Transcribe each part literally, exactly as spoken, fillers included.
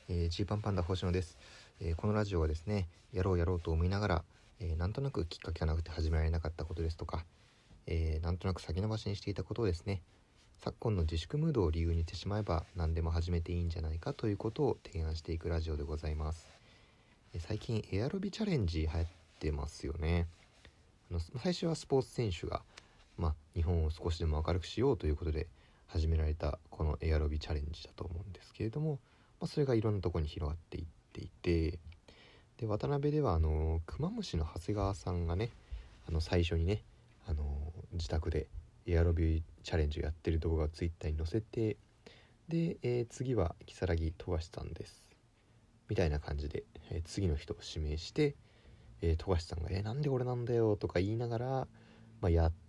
えー、ジーパンパンダ星野です、えー、このラジオはですね、やろうやろうと思いながら、えー、なんとなくきっかけがなくて始められなかったことですとか、えー、なんとなく先延ばしにしていたことをですね、昨今の自粛ムードを理由にしてしまえば何でも始めていいんじゃないかということを提案していくラジオでございます。えー、最近エアロビチャレンジ流行ってますよね。あの最初はスポーツ選手が、まあ、日本を少しでも明るくしようということで始められたこのエアロビチャレンジだと思うんですけれども、まあ、それがいろんなところに広がっていっていて、で渡辺ではあのクマムシの長谷川さんがね、あの最初にね、あの自宅でエアロビチャレンジをやってる動画をツイッターに載せて、で、えー、次は如月富樫さんですみたいな感じで、えー、次の人を指名して、えー、富樫さんが「えー、なんで俺なんだよ」とか言いながら、まあ、やって、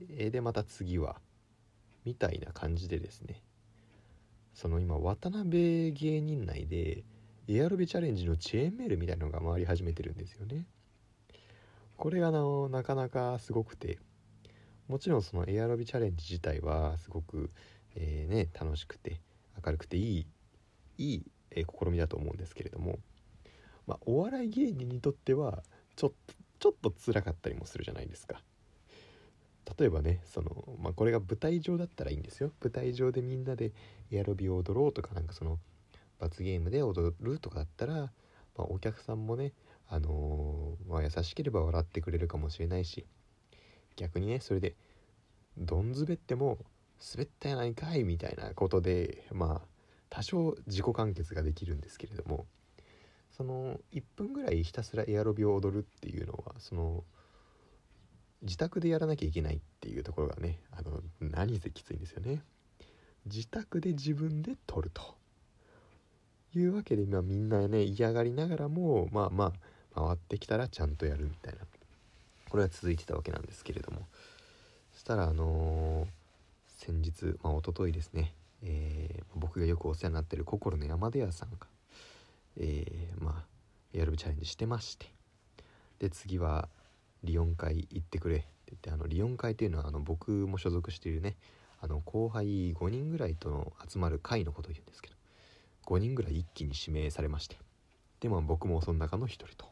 えー、でまた次はみたいな感じでですね、その今渡辺芸人内でエアロビチャレンジのチェーンメールみたいなのが回り始めてるんですよね。これがのなかなかすごくて、もちろんそのエアロビチャレンジ自体はすごく、えーね、楽しくて明るくていいいい、えー、試みだと思うんですけれども、まあ、お笑い芸人にとってはちょっとちょっと辛かったりもするじゃないですか。例えばね、その、まあ、これが舞台上だったらいいんですよ。舞台上でみんなでエアロビを踊ろうとか、なんかその罰ゲームで踊るとかだったら、まあ、お客さんもね、あのーまあ、優しければ笑ってくれるかもしれないし、逆にね、それでどんずべっても滑ったやないかいみたいなことで、まあ多少自己完結ができるんですけれども、そのいっぷんぐらいひたすらエアロビを踊るっていうのは、その自宅でやらなきゃいけないっていうところがね、あの何せきついんですよね。自宅で自分で撮るというわけで、まあ、みんなね嫌がりながらも、まあまあ回ってきたらちゃんとやるみたいな、これが続いてたわけなんですけれども、そしたらあのー、先日、まあ一昨日ですね、えー、僕がよくお世話になっている心の山出屋さんが、えー、まあエアロビチャレンジしてまして、で次はリオン会行ってくれって言って、あのリオン会というのはあの僕も所属しているね、あの後輩ごにんぐらいとの集まる会のことを言うんですけど、ごにんぐらい一気に指名されまして、でも僕もその中の一人と、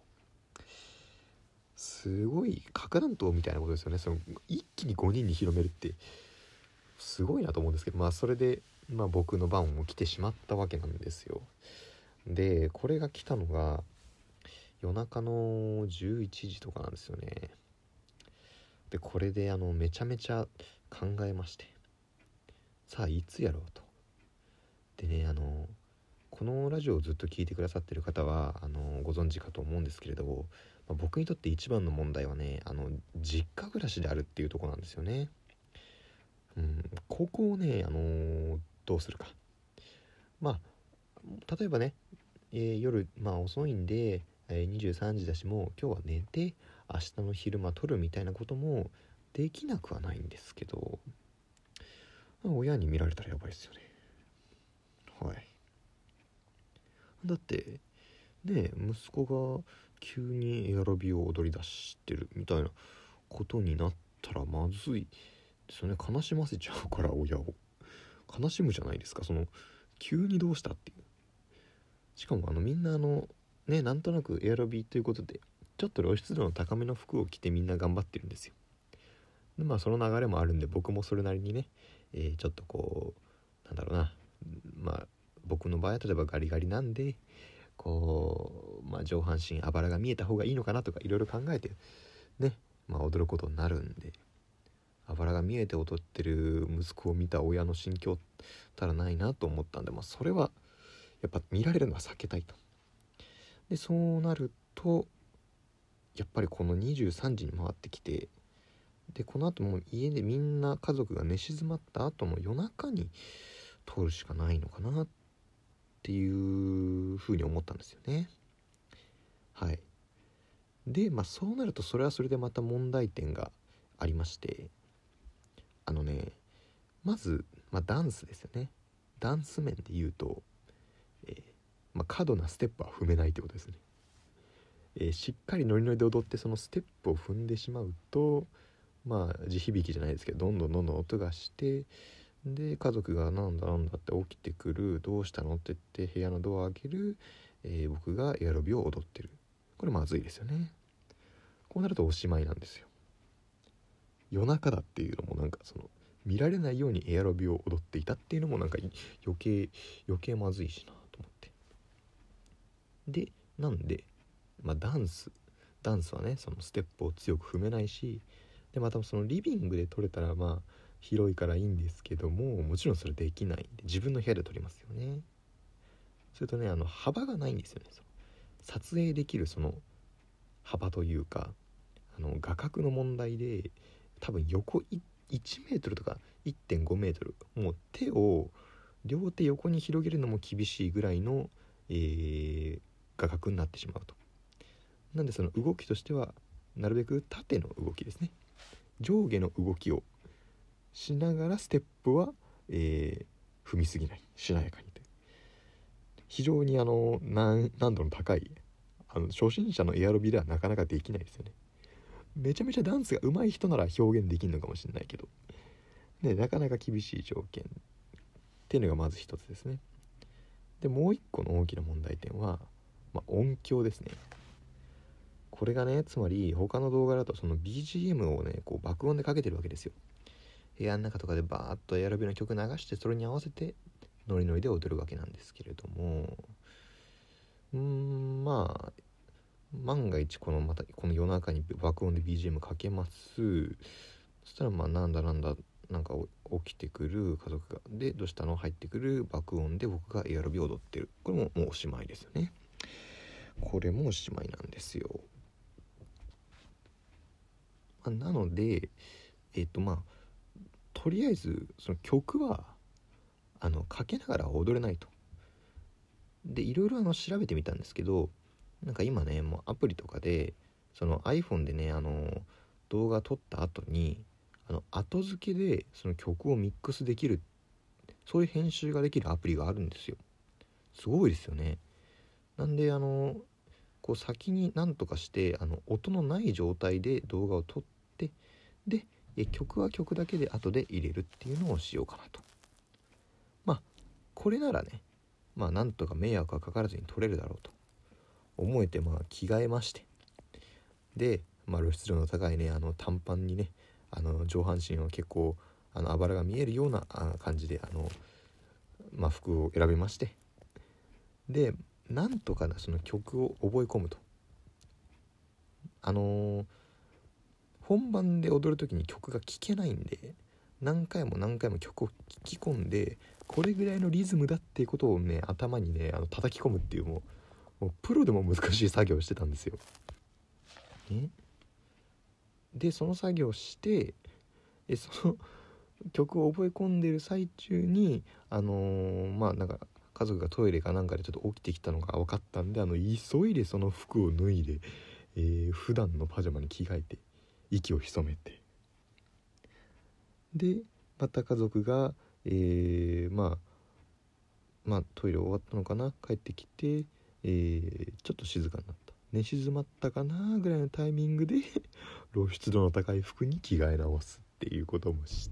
すごい核弾頭みたいなことですよね。その一気にごにんに広めるってすごいなと思うんですけど、まあそれで、まあ、僕の番も来てしまったわけなんですよ。でこれが来たのが夜中のじゅういちじとかなんですよね。でこれであのめちゃめちゃ考えまして、さあいつやろうと。でね、あのこのラジオをずっと聞いてくださってる方はあのご存知かと思うんですけれども、まあ、僕にとって一番の問題はね、あの実家暮らしであるっていうところなんですよね。うん、ここをね、あのーどうするか。まあ例えばね、えー夜まあ遅いんで、えー、にじゅうさんじだし、もう今日は寝て明日の昼間撮るみたいなこともできなくはないんですけど、親に見られたらやばいですよね。はい。だってね、息子が急にエアロビを踊り出してるみたいなことになったらまずいですよね。悲しませちゃうから、親を悲しむじゃないですか。その急にどうしたっていう。しかもあのみんなあのね、なんとなくエアロビということでちょっと露出度の高めの服を着てみんな頑張ってるんですよ。でまあその流れもあるんで、僕もそれなりにね、えー、ちょっとこうなんだろうな、まあ僕の場合は例えばガリガリなんで、こう、まあ、上半身あばらが見えた方がいいのかなとかいろいろ考えてね、まあ、踊ることになるんで、あばらが見えて踊ってる息子を見た親の心境たらないなと思ったんで、まあ、それはやっぱ見られるのは避けたいと。でそうなるとやっぱりこのにじゅうさんじに回ってきて、でこの後もう家でみんな家族が寝静まった後の夜中に撮るしかないのかなっていうふうに思ったんですよね。はい。でまあそうなるとそれはそれでまた問題点がありまして、あのね、まず、まあ、ダンスですよね。ダンス面で言うと、えーまあ、過度なステップは踏めないってことですね。えー、しっかりノリノリで踊ってそのステップを踏んでしまうと、まあ地響きじゃないですけど、どんどんどんどん音がして、 で家族がなんだなんだって起きてくる、どうしたのって言って部屋のドアを開ける、えー、僕がエアロビを踊ってる。これまずいですよね。こうなるとおしまいなんですよ。夜中だっていうのもなんかその見られないようにエアロビを踊っていたっていうのもなんか余計余計まずいしなと思って、でなんでまあダンスダンスはねそのステップを強く踏めないし、でまたそのリビングで撮れたらまあ広いからいいんですけども、もちろんそれできないんで自分の部屋で撮りますよね。それとねあの幅がないんですよね。その撮影できるその幅というか、あの画角の問題で多分横いちメートルとか いってんごメートル、もう手を両手横に広げるのも厳しいぐらいの、えー、画角になってしまうと。なんでその動きとしてはなるべく縦の動きですね、上下の動きをしながらステップは、えー、踏みすぎないしなやかにという、非常にあの難難度の高いあの初心者のエアロビではなかなかできないですよね。めちゃめちゃダンスが上手い人なら表現できるのかもしれないけど、ね、なかなか厳しい条件っていうのがまず一つですね。でもう一個の大きな問題点は、まあ、音響ですね。これがねつまり他の動画だとその ビージーエム をねこう爆音でかけてるわけですよ。部屋の中とかでバーッとエアロビの曲流してそれに合わせてノリノリで踊るわけなんですけれども、うーんまあ万が一このまたこの夜中に爆音で ビージーエム かけます。そしたらまあなんだなんだなんか起きてくる家族がでどうしたの入ってくる爆音で僕がエアロビを踊ってる。これももうおしまいですよね。これもおしまいなんですよ。まあ、なのでえっとまあとりあえずその曲はあのかけながら踊れないと。でいろいろあの調べてみたんですけど、なんか今ねもうアプリとかでその iPhone でねあの動画撮った後にあの後付けでその曲をミックスできる、そういう編集ができるアプリがあるんですよ。すごいですよね。なんであのこう先に何とかしてあの音のない状態で動画を撮って、でえ曲は曲だけで後で入れるっていうのをしようかなと。まあこれならねまあなんとか迷惑はかからずに撮れるだろうと思えて、まあ着替えまして、で、まあ、露出量の高いねあの短パンにねあの上半身を結構あのあばらが見えるようなあ感じであの、まあ、服を選びまして、でなんとかなその曲を覚え込むと、あのー、本番で踊る時に曲が聴けないんで何回も何回も曲を聴き込んでこれぐらいのリズムだっていうことをね頭にねあの叩き込むっていうもう、もうプロでも難しい作業をしてたんですよ、ね、でその作業してでその曲を覚え込んでる最中にあのー、まあなんか家族がトイレかなんかでちょっと起きてきたのが分かったんで、あの急いでその服を脱いで、えー、普段のパジャマに着替えて息を潜めて、でまた家族が、えー、まあまあトイレ終わったのかな、帰ってきて、えー、ちょっと静かになった、寝静まったかなぐらいのタイミングで露出度の高い服に着替え直すっていうこともして、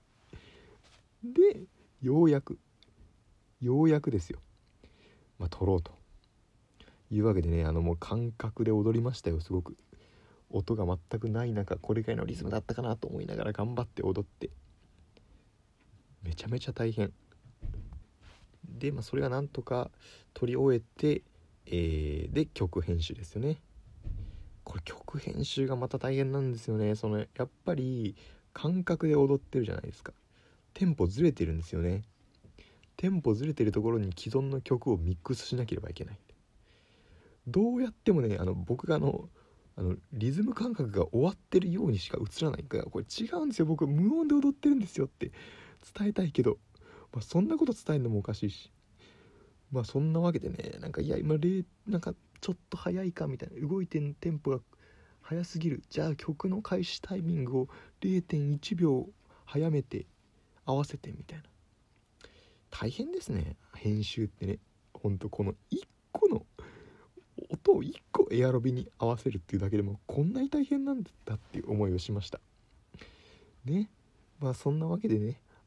でようやくようやくですよ、まあ撮ろうというわけでね、あのもう感覚で踊りましたよ。すごく音が全くない中これぐらいのリズムだったかなと思いながら頑張って踊って、めちゃめちゃ大変で、まあ、それがなんとか撮り終えて、えー、で曲編集ですよね。これ曲編集がまた大変なんですよね。そのやっぱり感覚で踊ってるじゃないですか。テンポずれてるんですよね。テンポずれてるところに既存の曲をミックスしなければいけない。どうやってもねあの僕があのあのリズム感覚が終わってるようにしか映らないから、これ違うんですよ、僕無音で踊ってるんですよって伝えたいけど、まあ、そんなこと伝えるのもおかしいし、まあそんなわけでね、なんかいや今レなんかちょっと早いかみたいな、動いてるテンポが早すぎる、じゃあ曲の開始タイミングを れいてんいちびょう早めて合わせてみたいな、大変ですね編集ってね。ほんとこのいっこの音をいっこエアロビに合わせるっていうだけでもこんなに大変なんだっていう思いをしましたね。まあそんなわけでね、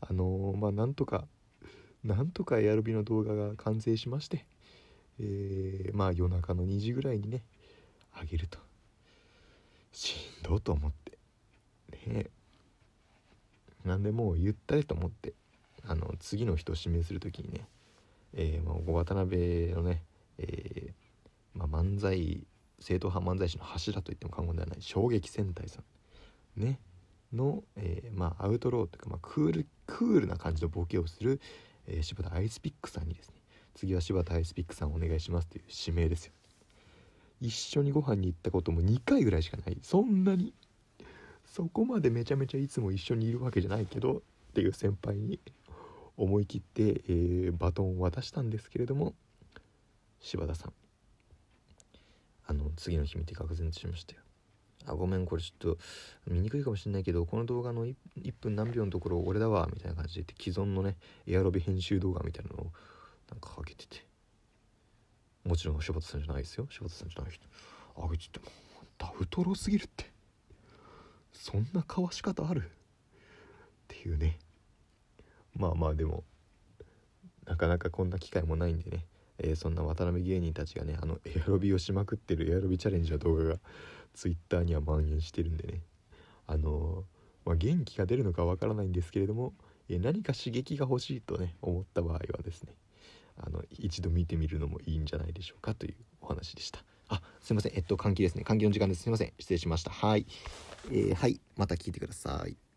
あのー、まあなんとかなんとかエアロビの動画が完成しまして、えー、まあ夜中のにじぐらいにね上げると、しんどと思ってね。なんでもうゆったりと思って、あの次の人を指名するときにね、えーまあ、渡辺のね、えーまあ、漫才正統派漫才師の柱といっても過言ではない衝撃戦隊さんねの、えーまあ、アウトローというか、まあ、クールクールな感じのボケをする、えー、柴田アイスピックさんにですね、次は柴田アイスピックさんお願いしますという指名ですよ。一緒にご飯に行ったこともにかいぐらいしかない、そんなにそこまでめちゃめちゃいつも一緒にいるわけじゃないけどっていう先輩に思い切って、えー、バトンを渡したんですけれども、柴田さんあの次の日見て愕然としましたよ。あ、ごめんこれちょっと見にくいかもしれないけどこの動画の いっぷん何秒のところ俺だわみたいな感じで既存のねエアロビ編集動画みたいなのをなんか上げてて、もちろん柴田さんじゃないですよ、柴田さんじゃない人上げててもダウトロすぎるって、そんなかわし方あるっていうね。まあまあでもなかなかこんな機会もないんでね、えー、そんな渡辺芸人たちがねあのエアロビをしまくってるエアロビチャレンジの動画がツイッターには蔓延してるんでね、あのー、まあ、元気が出るのかわからないんですけれども、えー、何か刺激が欲しいとね思った場合はですね、あの一度見てみるのもいいんじゃないでしょうかというお話でした。あ、すいません、えっと換気ですね、換気の時間です。すいません、失礼しました。はい、えー、はい、また聞いてください。